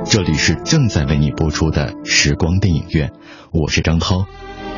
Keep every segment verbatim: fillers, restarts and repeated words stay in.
这里是正在为你播出的时光电影院，我是张涛。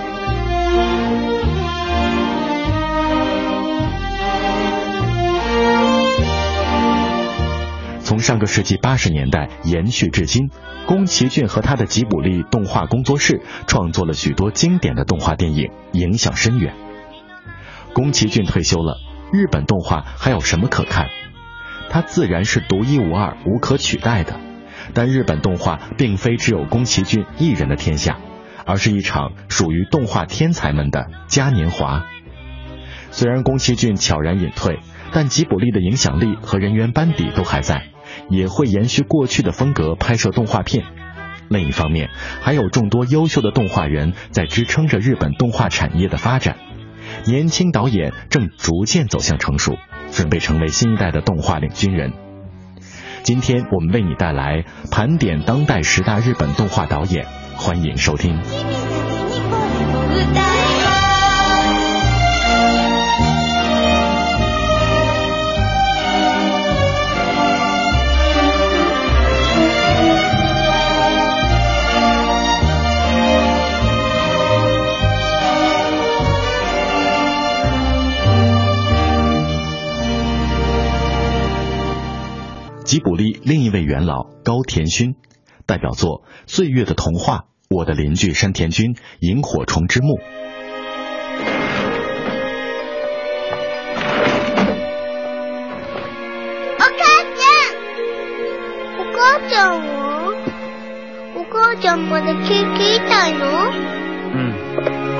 从上个世纪八十年代延续至今，宫崎骏和他的吉卜力动画工作室创作了许多经典的动画电影，影响深远。宫崎骏退休了，日本动画还有什么可看？它自然是独一无二、无可取代的。但日本动画并非只有宫崎骏一人的天下，而是一场属于动画天才们的嘉年华。虽然宫崎骏悄然隐退，但吉卜力的影响力和人员班底都还在，也会延续过去的风格拍摄动画片。另一方面，还有众多优秀的动画人在支撑着日本动画产业的发展。年轻导演正逐渐走向成熟，准备成为新一代的动画领军人。今天我们为你带来盘点当代十大日本动画导演，欢迎收听。吉卜力另一位元老高田勋，代表作《岁月的童话》、《我的邻居山田君》、《萤火虫之墓》。 お母ちゃん、お母ちゃんは？お母ちゃんまだケーキ痛いの？ うん、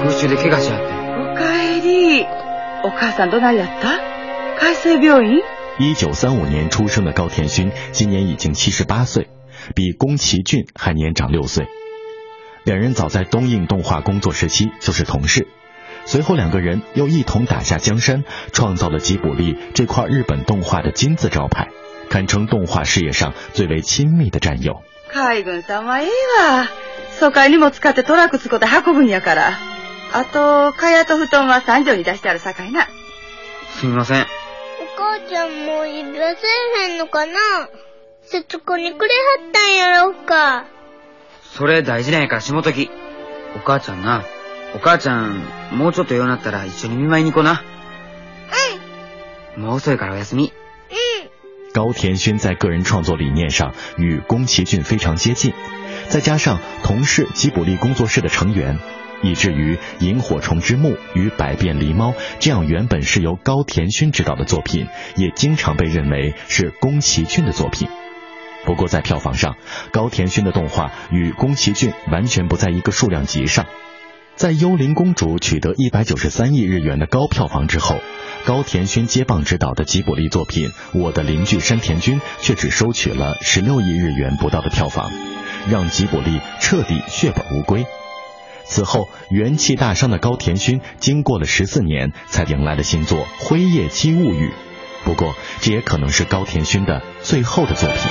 空襲で怪我しちゃって。 おかえり。お母さんどないやった？海生病院？ 一九三五年出生的高田勋今年已经七十八岁，比宫崎骏还年长六岁。两人早在东映动画工作时期就是同事，随后两个人又一同打下江山，创造了吉卜力这块日本动画的金字招牌，堪称动画事业上最为亲密的战友。 海軍さんはええわ。疎開荷物使ってトラック使って運ぶんやから。あと、蚊帳と布団は三条に出してあるさかいな。 すみません。 お母ちゃんもう指輪せえへんのかな？節子にくれはったんやろうか。 それ大事なんやからしもとき。お母ちゃんな、お母ちゃんもうちょっとようなったら一緒に見舞いに行こうな。うん。もう遅いからおやすみ。 嗯。 高田勋在个人创作理念上与宫崎骏非常接近，再加上同是吉卜力工作室的成员，以至于《萤火虫之墓》与《百变狸猫》这样原本是由高田勋执导的作品，也经常被认为是宫崎骏的作品。不过在票房上，高田勋的动画与宫崎骏完全不在一个数量级上。在《幽灵公主》取得一百九十三亿日元的高票房之后，高田勋接棒执导的吉卜力作品《我的邻居山田君》却只收取了十六亿日元不到的票房，让吉卜力彻底血本无归。此后元气大伤的高田勋经过了十四年才迎来了新作《辉夜姬物语》，不过这也可能是高田勋的最后的作品。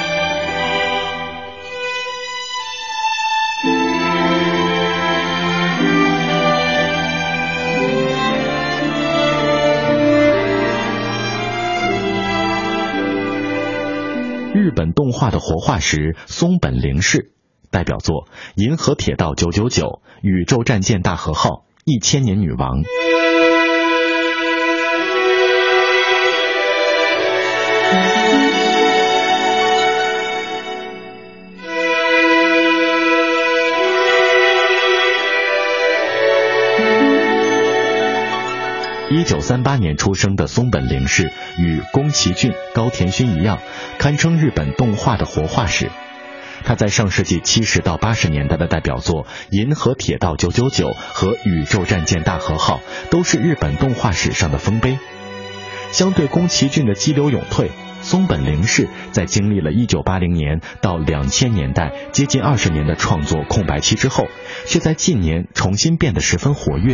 日本动画的活化石松本零士，代表作《银河铁道九九九》、《宇宙战舰大和号》、《一千年女王》。一九三八年出生的松本零士与宫崎骏、高田勋一样，堪称日本动画的活化石。他在上世纪七十到八十年代的代表作《银河铁道九九九》和《宇宙战舰大和号》都是日本动画史上的丰碑。相对宫崎骏的激流勇退，松本零士在经历了一九八零年到两千年代接近二十年的创作空白期之后，却在近年重新变得十分活跃。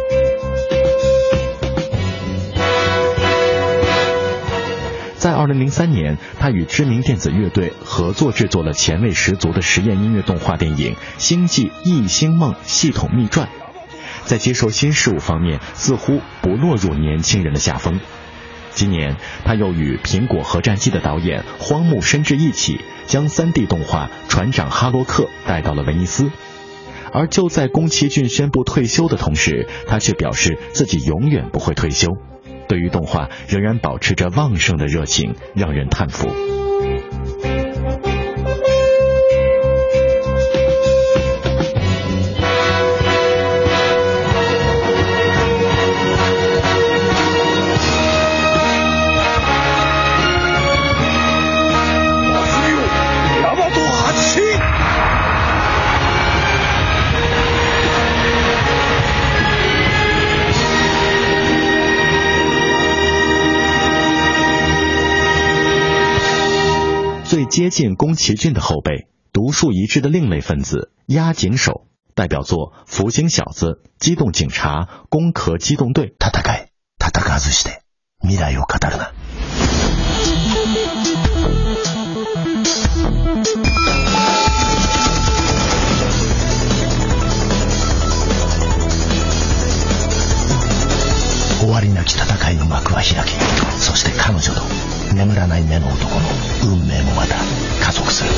二零零三年，他与知名电子乐队合作制作了前卫十足的实验音乐动画电影《星际异星梦系统秘传》。在接受新事物方面，似乎不落入年轻人的下风。今年，他又与苹果核战记的导演荒木伸志一起，将 三 D 动画《船长哈洛克》带到了威尼斯。而就在宫崎骏宣布退休的同时，他却表示自己永远不会退休，对于动画仍然保持着旺盛的热情，让人叹服。最接近宫崎骏的后辈，独树一帜的另类分子押井守，代表作《福星小子》《机动警察》《攻壳机动队》。 戦え、戦わずして未来を語るな。終わりなき戦いの幕は開き、そして彼女と眠らない目の男の運命もまた加速する。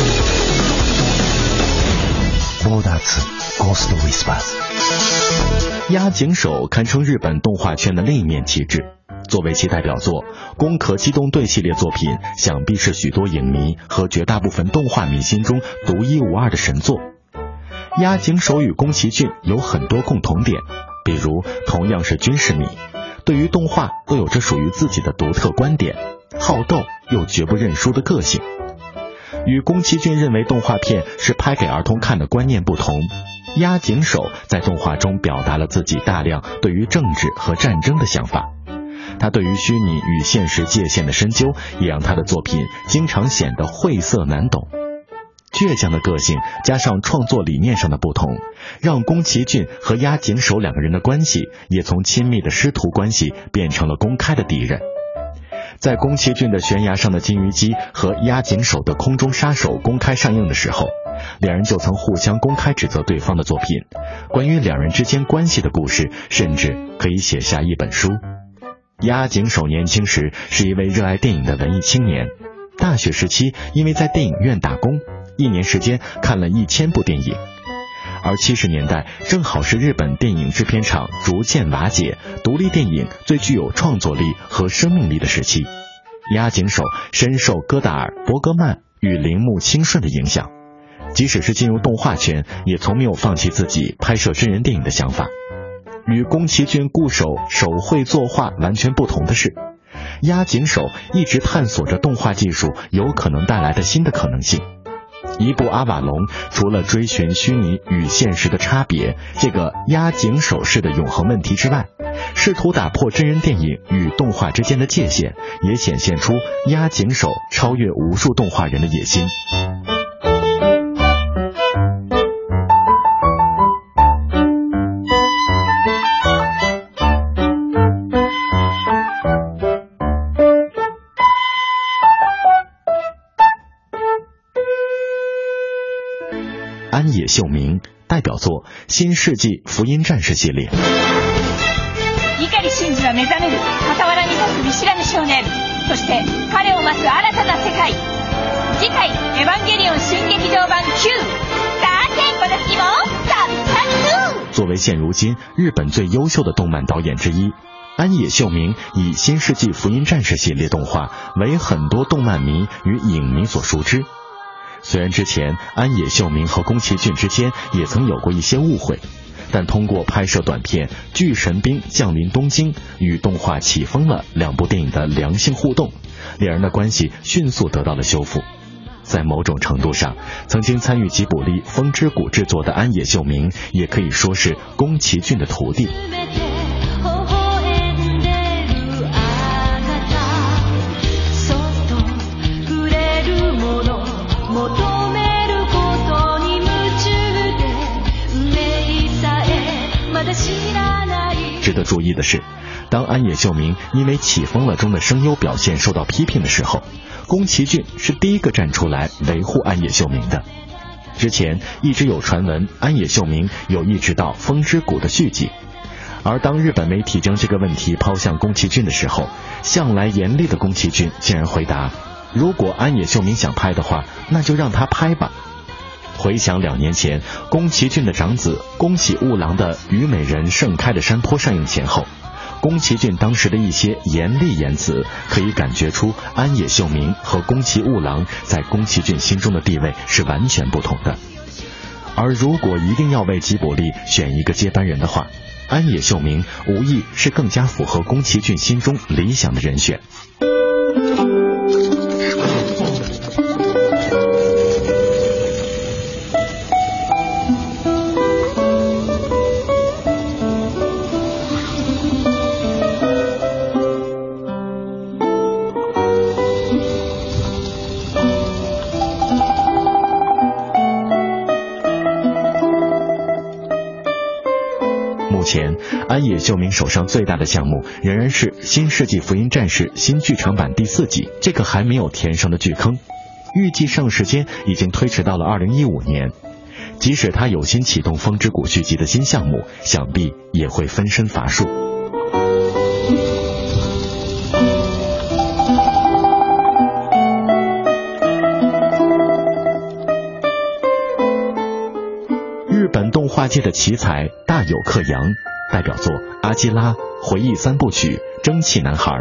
ボーダーツゴーストウィスパーズ。 押井守堪称日本动画圈的另一面旗帜，作为其代表作《攻壳机动队》系列作品，想必是许多影迷和绝大部分动画迷心中独一无二的神作。押井守与宫崎骏有很多共同点，比如同样是军事迷，对于动画都有着属于自己的独特观点，好斗又绝不认输的个性。与宫崎骏认为动画片是拍给儿童看的观念不同，押井守在动画中表达了自己大量对于政治和战争的想法。他对于虚拟与现实界限的深究，也让他的作品经常显得晦涩难懂。倔强的个性加上创作理念上的不同，让宫崎骏和押井守两个人的关系也从亲密的师徒关系变成了公开的敌人。在宫崎骏的悬崖上的金鱼姬和押井守的空中杀手公开上映的时候，两人就曾互相公开指责对方的作品。关于两人之间关系的故事，甚至可以写下一本书。押井守年轻时是一位热爱电影的文艺青年，大学时期因为在电影院打工，一年时间看了一千部电影。而七十年代正好是日本电影制片厂逐渐瓦解，独立电影最具有创作力和生命力的时期。押井守深受戈达尔、伯格曼与铃木清顺的影响，即使是进入动画圈，也从没有放弃自己拍摄真人电影的想法。与宫崎骏固守手绘作画完全不同的是，押井守一直探索着动画技术有可能带来的新的可能性。一部阿瓦隆除了追寻虚拟与现实的差别这个押井守式的永恒问题之外，试图打破真人电影与动画之间的界限，也显现出押井守超越无数动画人的野心。安野秀明代表作《新世纪福音战士》系列。 碇シンジは目覚める傍らに立つ見知らぬ少年、そして彼を待つ新たな世界。次回エヴァンゲリオン新劇場版 Q だけ私にもサブサブ。 作为现如今日本最优秀的动漫导演之一，安野秀明以《新世纪福音战士》系列动画为很多动漫迷与影迷所熟知。虽然之前安野秀明和宫崎骏之间也曾有过一些误会，但通过拍摄短片《巨神兵降临东京》与动画起风了两部电影的良性互动，两人的关系迅速得到了修复。在某种程度上，曾经参与吉卜力《风之谷》制作的安野秀明也可以说是宫崎骏的徒弟。值得注意的是，当当安野秀明因为《起风了》中的声优表现受到批评的时候，宫崎骏是第一个站出来维护安野秀明的。之前一直有传闻安野秀明有意执导《风之谷》的续集，而当日本媒体将这个问题抛向宫崎骏的时候，向来严厉的宫崎骏竟然回答，如果安野秀明想拍的话，那就让他拍吧。回想两年前宫崎骏的长子宫崎吾郎的《虞美人盛开的山坡》上映前后，宫崎骏当时的一些严厉言辞，可以感觉出安野秀明和宫崎吾郎在宫崎骏心中的地位是完全不同的。而如果一定要为吉卜力选一个接班人的话，安野秀明无疑是更加符合宫崎骏心中理想的人选。目前安野秀明手上最大的项目仍然是《新世纪福音战士》新剧场版第四集，这个还没有填上的巨坑，预计上时间已经推迟到了二零一五年。即使他有心启动《风之谷》续集的新项目，想必也会分身乏术。日本动画界的奇才大友克洋，代表作《阿基拉》、回忆三部曲、蒸汽男孩。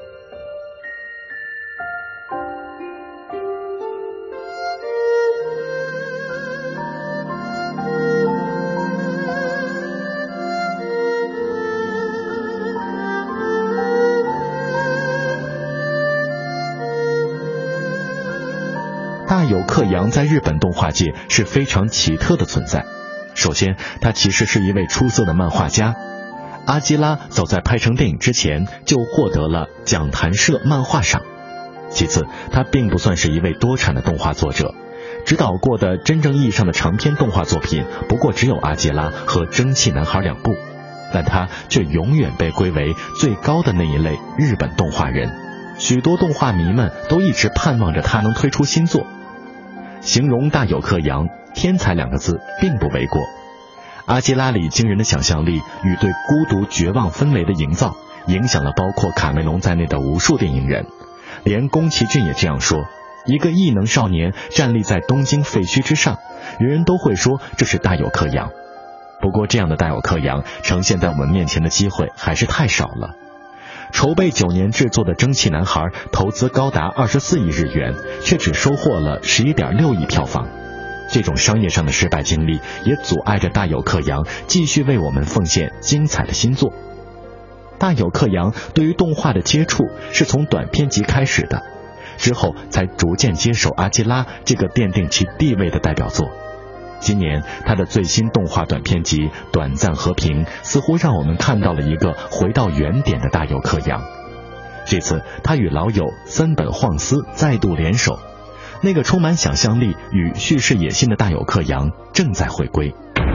大友克洋在日本动画界是非常奇特的存在。首先，他其实是一位出色的漫画家。阿基拉早在拍成电影之前就获得了讲谈社漫画赏。其次，他并不算是一位多产的动画作者，执导过的真正意义上的长篇动画作品不过只有阿基拉和蒸汽男孩两部，但他却永远被归为最高的那一类日本动画人。许多动画迷们都一直盼望着他能推出新作。形容大友克洋，天才两个字并不为过。阿基拉里惊人的想象力与对孤独绝望氛围的营造，影响了包括卡梅隆在内的无数电影人。连宫崎骏也这样说，一个异能少年站立在东京废墟之上，人人都会说这是大友克洋。不过这样的大友克洋呈现在我们面前的机会还是太少了。筹备九年制作的蒸汽男孩投资高达二十四亿日元，却只收获了 十一点六亿票房。这种商业上的失败经历也阻碍着大友克洋继续为我们奉献精彩的新作。大友克洋对于动画的接触是从短篇集开始的，之后才逐渐接手阿基拉这个奠定其地位的代表作。今年他的最新动画短篇集《短暂和平》似乎让我们看到了一个回到原点的大友克洋。这次他与老友森本晃司再度联手，那个充满想象力与叙事野心的大友克洋正在回归。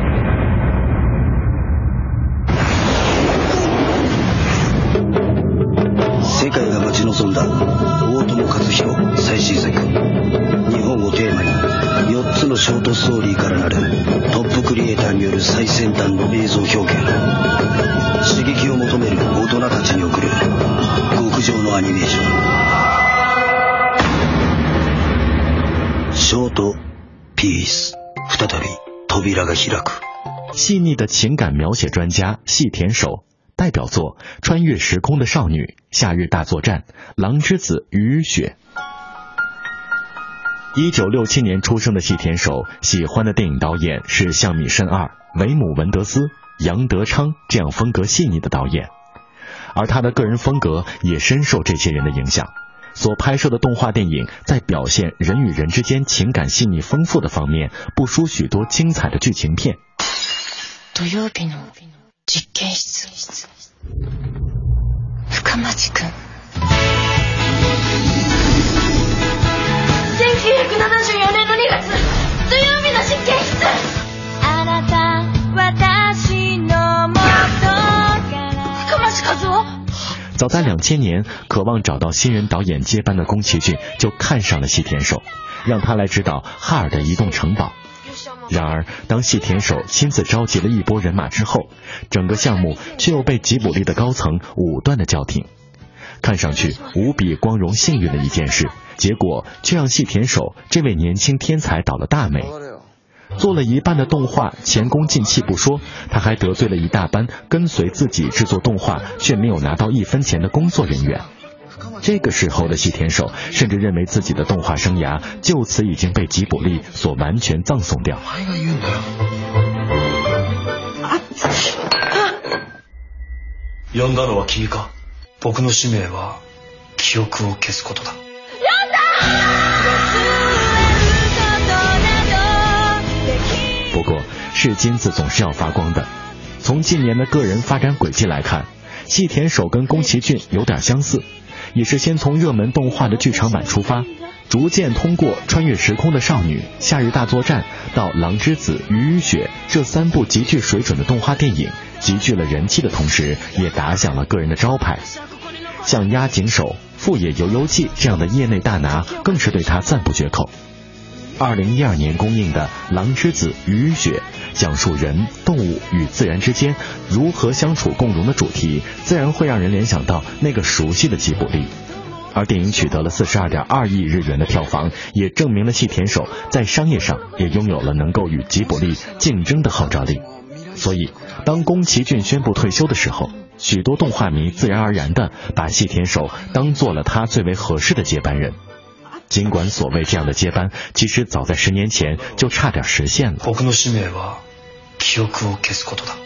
世界が待ち望んだ大友克洋最新作、日本をテーマによっつのショートストーリーからなるトップクリエイターによる最先端の映像表現、刺激を求める大人たちに送る極上のアニメーション。ショートピース、再び扉が開く。 细腻的情感描写专家细田守，代表作《穿越时空的少女》、《夏日大作战》、《狼之子雨与雪》。一九六七年出生的细田守，喜欢的电影导演是向米慎二、维姆文德斯、杨德昌这样风格细腻的导演，而他的个人风格也深受这些人的影响。所拍摄的动画电影在表现人与人之间情感细腻丰富的方面，不输许多精彩的剧情片。 土曜日の実験室、深町くん。せんきゅうひゃくななじゅうよねんのにがつ、土曜日の実験室。あなた、私の元から。深町和夫、 早在两千年，渴望找到新人导演接班的宫崎骏就看上了细田守，让他来指导哈尔的移动城堡。然而当细田守亲自召集了一波人马之后，整个项目却又被吉卜力的高层武断的叫停。看上去无比光荣幸运的一件事，结果却让细田守这位年轻天才倒了大霉。做了一半的动画前功尽弃不说，他还得罪了一大班跟随自己制作动画却没有拿到一分钱的工作人员。这个时候的细田守甚至认为自己的动画生涯就此已经被吉卜力所完全葬送掉。 呼んだのは君か。僕の使命は記憶を消すことだ。 不过是金子总是要发光的，从近年的个人发展轨迹来看，细田守跟宫崎骏有点相似，也是先从热门动画的剧场版出发，逐渐通过穿越时空的少女、夏日大作战到狼之子、鱼与雪这三部极具水准的动画电影，集聚了人气的同时也打响了个人的招牌。像押井守、富野由悠季这样的业内大拿更是对他赞不绝口。二零一二年公映的《狼之子鱼与雪》讲述人、动物与自然之间如何相处共荣的主题，自然会让人联想到那个熟悉的吉卜力。而电影取得了 四十二点二亿日元的票房，也证明了细田守在商业上也拥有了能够与吉卜力竞争的号召力。所以当宫崎骏宣布退休的时候，许多动画迷自然而然地把细田守当做了他最为合适的接班人。尽管所谓这样的接班其实早在十年前就差点实现了。 僕の使命は記憶を消すことだ。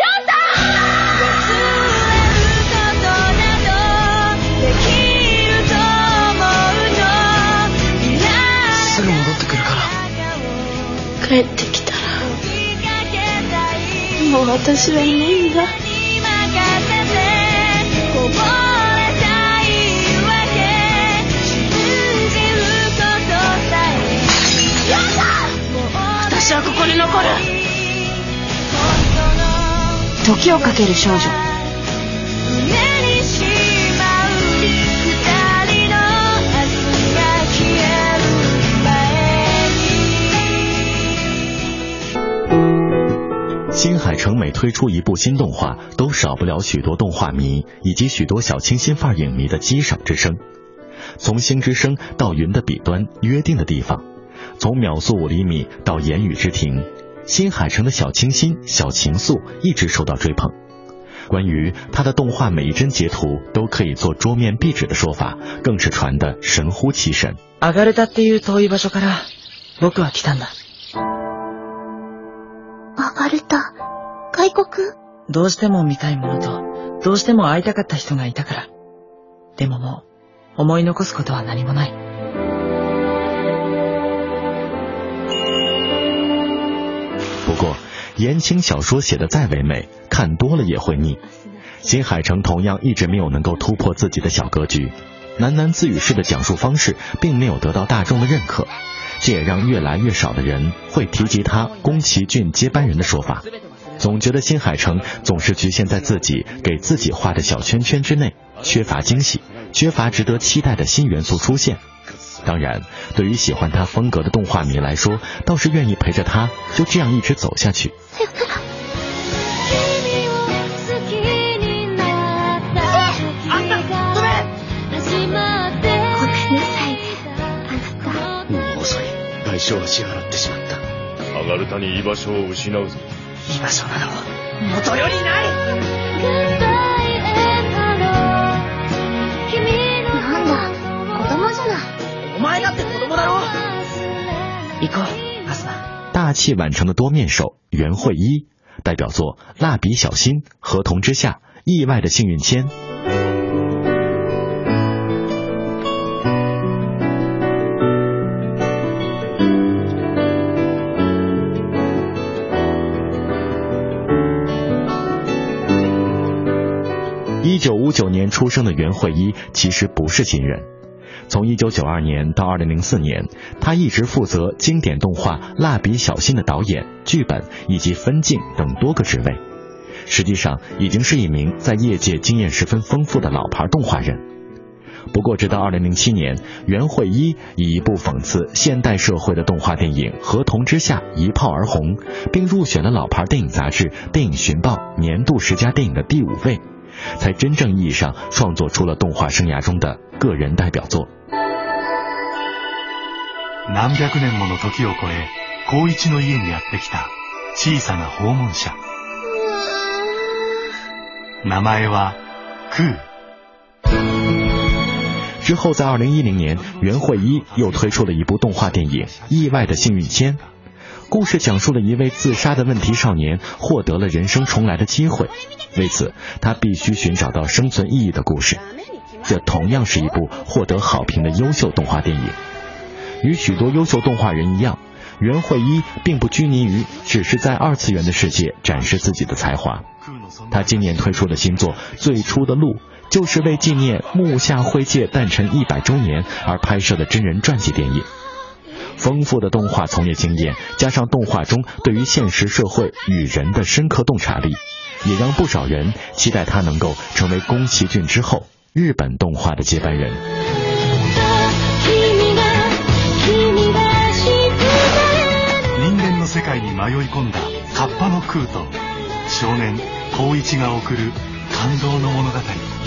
すぐ戻ってくるから。 帰ってきたらもう私はいないんだ。私はここに残る。 時をかける少女。 新海诚每推出一部新动画，都少不了许多动画迷以及许多小清新范儿影迷的激赏之声。从星之声到云的彼端，约定的地方，从秒速五厘米到言语之庭，新海诚的小清新、小情愫一直受到追捧。关于他的动画每一帧截图都可以做桌面壁纸的说法，更是传得神乎其神。 アガルタっていう遠い場所から僕は来たんだ。 アガルタ、外国？ どうしても見たいものと、どうしても会いたかった人がいたから。でももう思い残すことは何もない。 不过言情小说写得再唯美，看多了也会腻。新海诚同样一直没有能够突破自己的小格局，喃喃自语式的讲述方式并没有得到大众的认可，这也让越来越少的人会提及他宫崎骏接班人的说法，总觉得新海诚总是局限在自己给自己画的小圈圈之内，缺乏惊喜，缺乏值得期待的新元素出现。当然，对于喜欢他风格的动画迷来说，倒是愿意陪着他就这样一直走下去。 代償は支払ってしまった。アガルタに居場所を失うぞ。 居場所など元よりない。 なんだ、子供じゃない。 お前だって子供だろ。行こう、アスナ。 大器晚成的多面手袁惠一，代表作《蜡笔小新》、《河童之下》、《意外的幸运签》。一九五九年出生的袁惠一其实不是新人，从一九九二年到二零零四年，他一直负责经典动画《蜡笔小新》的导演、剧本以及分镜等多个职位。 实际上已经是一名在业界经验十分丰富的老牌动画人。不过直到二零零七年，袁惠一以一部讽刺现代社会的动画电影《河童之下》一炮而红，并入选了老牌电影杂志《电影寻报》年度十佳电影的第五位，才真正意义上创作出了动画生涯中的个人代表作。 何百年もの時を超え、光一の家にやってきた小さな訪問者。名前はクー。 之后在二零一零年，袁惠一又推出了一部动画电影《意外的幸运签》。故事讲述了一位自杀的问题少年获得了人生重来的机会，为此他必须寻找到生存意义的故事。这同样是一部获得好评的优秀动画电影。与许多优秀动画人一样，袁惠一并不拘泥于只是在二次元的世界展示自己的才华。他今年推出的新作《最初的路》，就是为纪念木下惠介诞辰一百周年而拍摄的真人传记电影。丰富的动画从业经验，加上动画中对于现实社会与人的深刻洞察力，也让不少人期待他能够成为宫崎骏之后日本动画的接班人。 人間の世界に迷い込んだカッパの空と少年光一が送る感動の物語。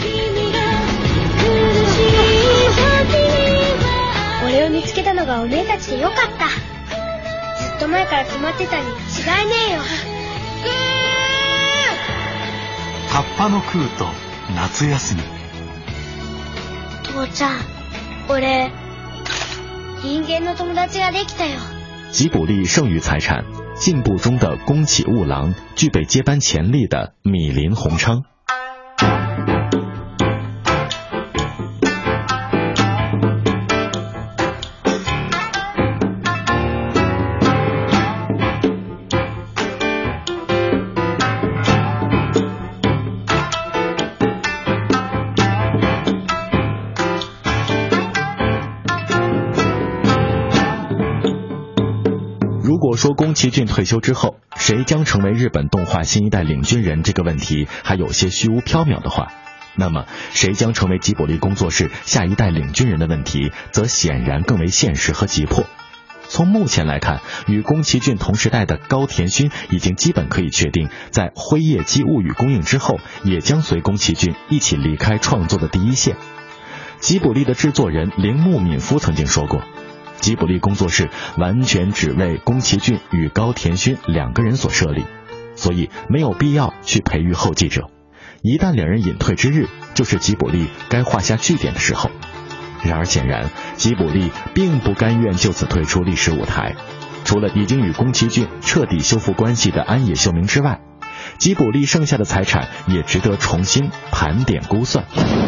俺を見つけたのがおめえたちでよかった。ずっと前から決まってたに違いねえよ。 カッパの空と夏休み。 父ちゃん、俺人間の友達ができたよ。 吉卜力剩余财产，进步中的宫崎吾郎，具备接班潜力的米林宏昌。如果说宫崎骏退休之后谁将成为日本动画新一代领军人这个问题还有些虚无缥缈的话，那么谁将成为吉卜力工作室下一代领军人的问题则显然更为现实和急迫。从目前来看，与宫崎骏同时代的高田勋已经基本可以确定，在《辉夜姬物语》公映之后也将随宫崎骏一起离开创作的第一线。吉卜力的制作人铃木敏夫曾经说过，吉卜力工作室完全只为宫崎骏与高田勋两个人所设立，所以没有必要去培育后继者。一旦两人隐退之日，就是吉卜力该画下句点的时候。然而显然，吉卜力并不甘愿就此退出历史舞台。除了已经与宫崎骏彻底修复关系的安野秀明之外，吉卜力剩下的财产也值得重新盘点估算。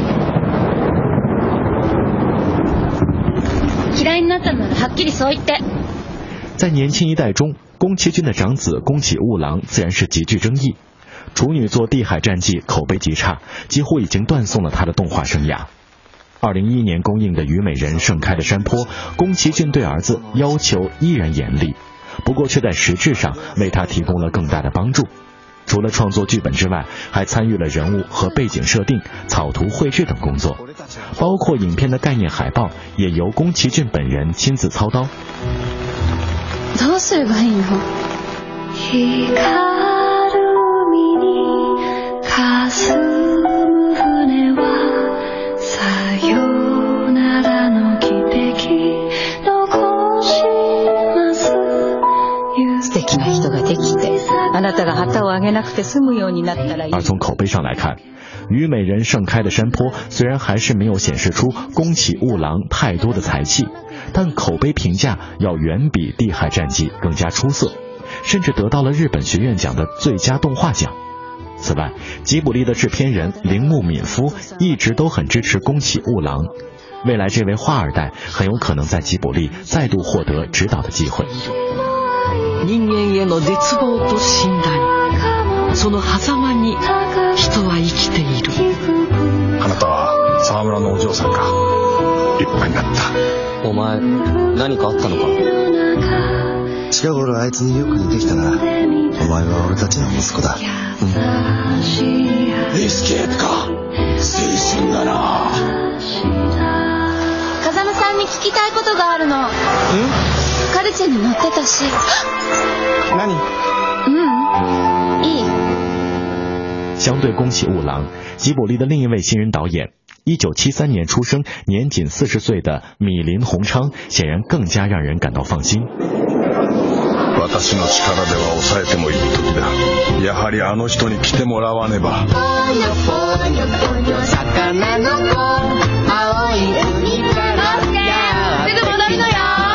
嫌いになったならはっきりそう言って。 在年轻一代中，宫崎骏的长子宫崎吾郎自然是极具争议。处女作《地海战记》口碑极差，几乎已经断送了他的动画生涯。二零一一年公映的《虞美人盛开的山坡》，宫崎骏对儿子要求依然严厉，不过却在实质上为他提供了更大的帮助。除了创作剧本之外，还参与了人物和背景设定、草图绘制等工作，包括影片的概念海报也由宫崎骏本人亲自操刀。 どうすればいいの？光る海に霞む船はさよならの汽笛残します。素敵な人ができて、あなたが旗を上げなくて済むようになったらいい。 而从口碑上来看，《虞美人盛开的山坡》虽然还是没有显示出宫崎吾郎太多的才气，但口碑评价要远比《地海战记》更加出色，甚至得到了日本学院奖的最佳动画奖。此外，吉卜力的制片人铃木敏夫一直都很支持宫崎吾郎，未来这位画二代很有可能在吉卜力再度获得指导的机会。 人間への絶望と信頼、その狭間に人は生きている。 あなたは沢村のお嬢さんか。立派になった。 お前何かあったのか？ 近頃あいつによく似てきたな。お前は俺たちの息子だ。うん、 エスケープか。青春だな。 風間さんに聞きたいことがあるの。カルチェに乗ってたし。 何？ 嗯，いい。 相对宫崎吾郎，吉卜力的另一位新人导演，一九七三年出生、年仅四十岁的米林宏昌，显然更加让人感到放心。 私の力では抑えてもいい時だ。やはりあの人に来てもらわねば。魚の子、青い海から。 すぐ戻るのよ。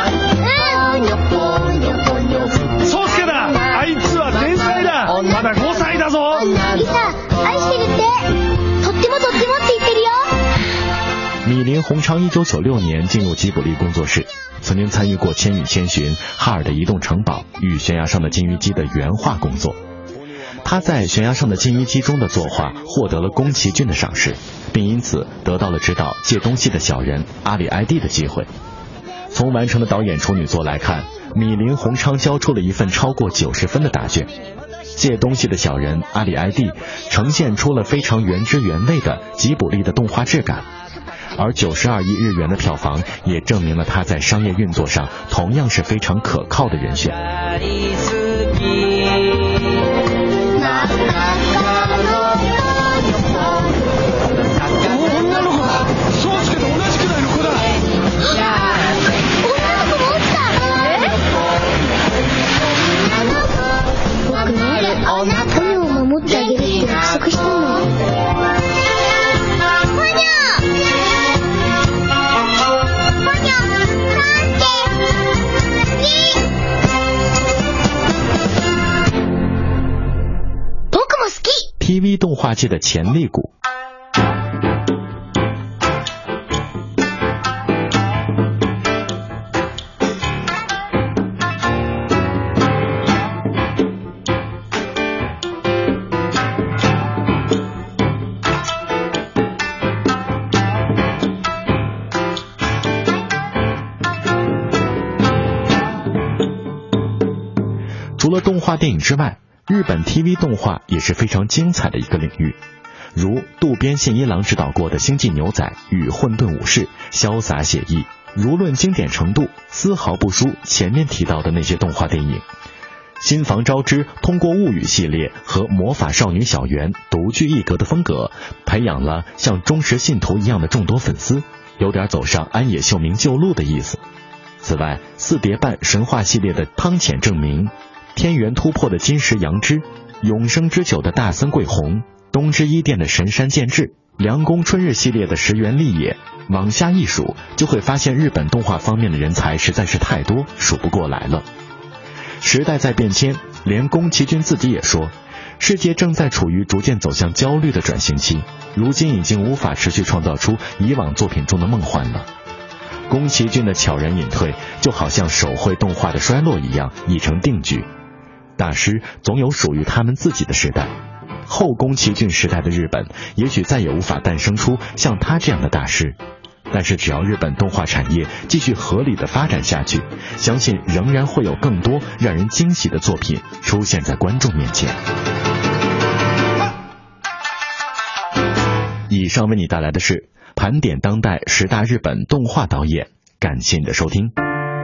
宗介だ。あいつは天才だ。まだごさいだぞ。 リサ、愛してるって。とってもとってもって言ってるよ。 米林宏昌一九九六年进入吉卜力工作室，曾经参与过《千与千寻》、哈尔的移动城堡与悬崖上的金鱼姬的原画工作。他在悬崖上的金鱼姬中的作画获得了宫崎骏的赏识，并因此得到了指导借东西的小人阿里埃蒂的机会。从完成的导演处女作来看，米林宏昌交出了一份超过九十分的答卷。借东西的小人阿里埃蒂呈现出了非常原汁原味的吉卜力的动画质感，而九十二亿日元的票房也证明了他在商业运作上同样是非常可靠的人选。 ポニョを守ってあげるって約束したの。ポニョポニョなんて好き。僕も好き。 T V 动画界的潜力股。除了动画电影之外，日本 T V 动画也是非常精彩的一个领域，如渡边信一郎执导过的《星际牛仔》与《混沌武士》，潇洒写意，如论经典程度，丝毫不输前面提到的那些动画电影。新房昭之通过物语系列和魔法少女小圆独具一格的风格，培养了像忠实信徒一样的众多粉丝，有点走上安野秀明旧路的意思。此外，四叠半神话系列的汤浅正明，天元突破的金石阳之，永生之酒的大森贵弘，东之伊甸的神山健治，凉宫春日系列的石原立也，往下一数就会发现日本动画方面的人才实在是太多，数不过来了。时代在变迁，连宫崎骏自己也说，世界正在处于逐渐走向焦虑的转型期，如今已经无法持续创造出以往作品中的梦幻了。宫崎骏的悄然隐退，就好像手绘动画的衰落一样，已成定局。大师总有属于他们自己的时代，后宫崎骏时代的日本也许再也无法诞生出像他这样的大师，但是只要日本动画产业继续合理的发展下去，相信仍然会有更多让人惊喜的作品出现在观众面前。以上为你带来的是盘点当代十大日本动画导演，感谢你的收听。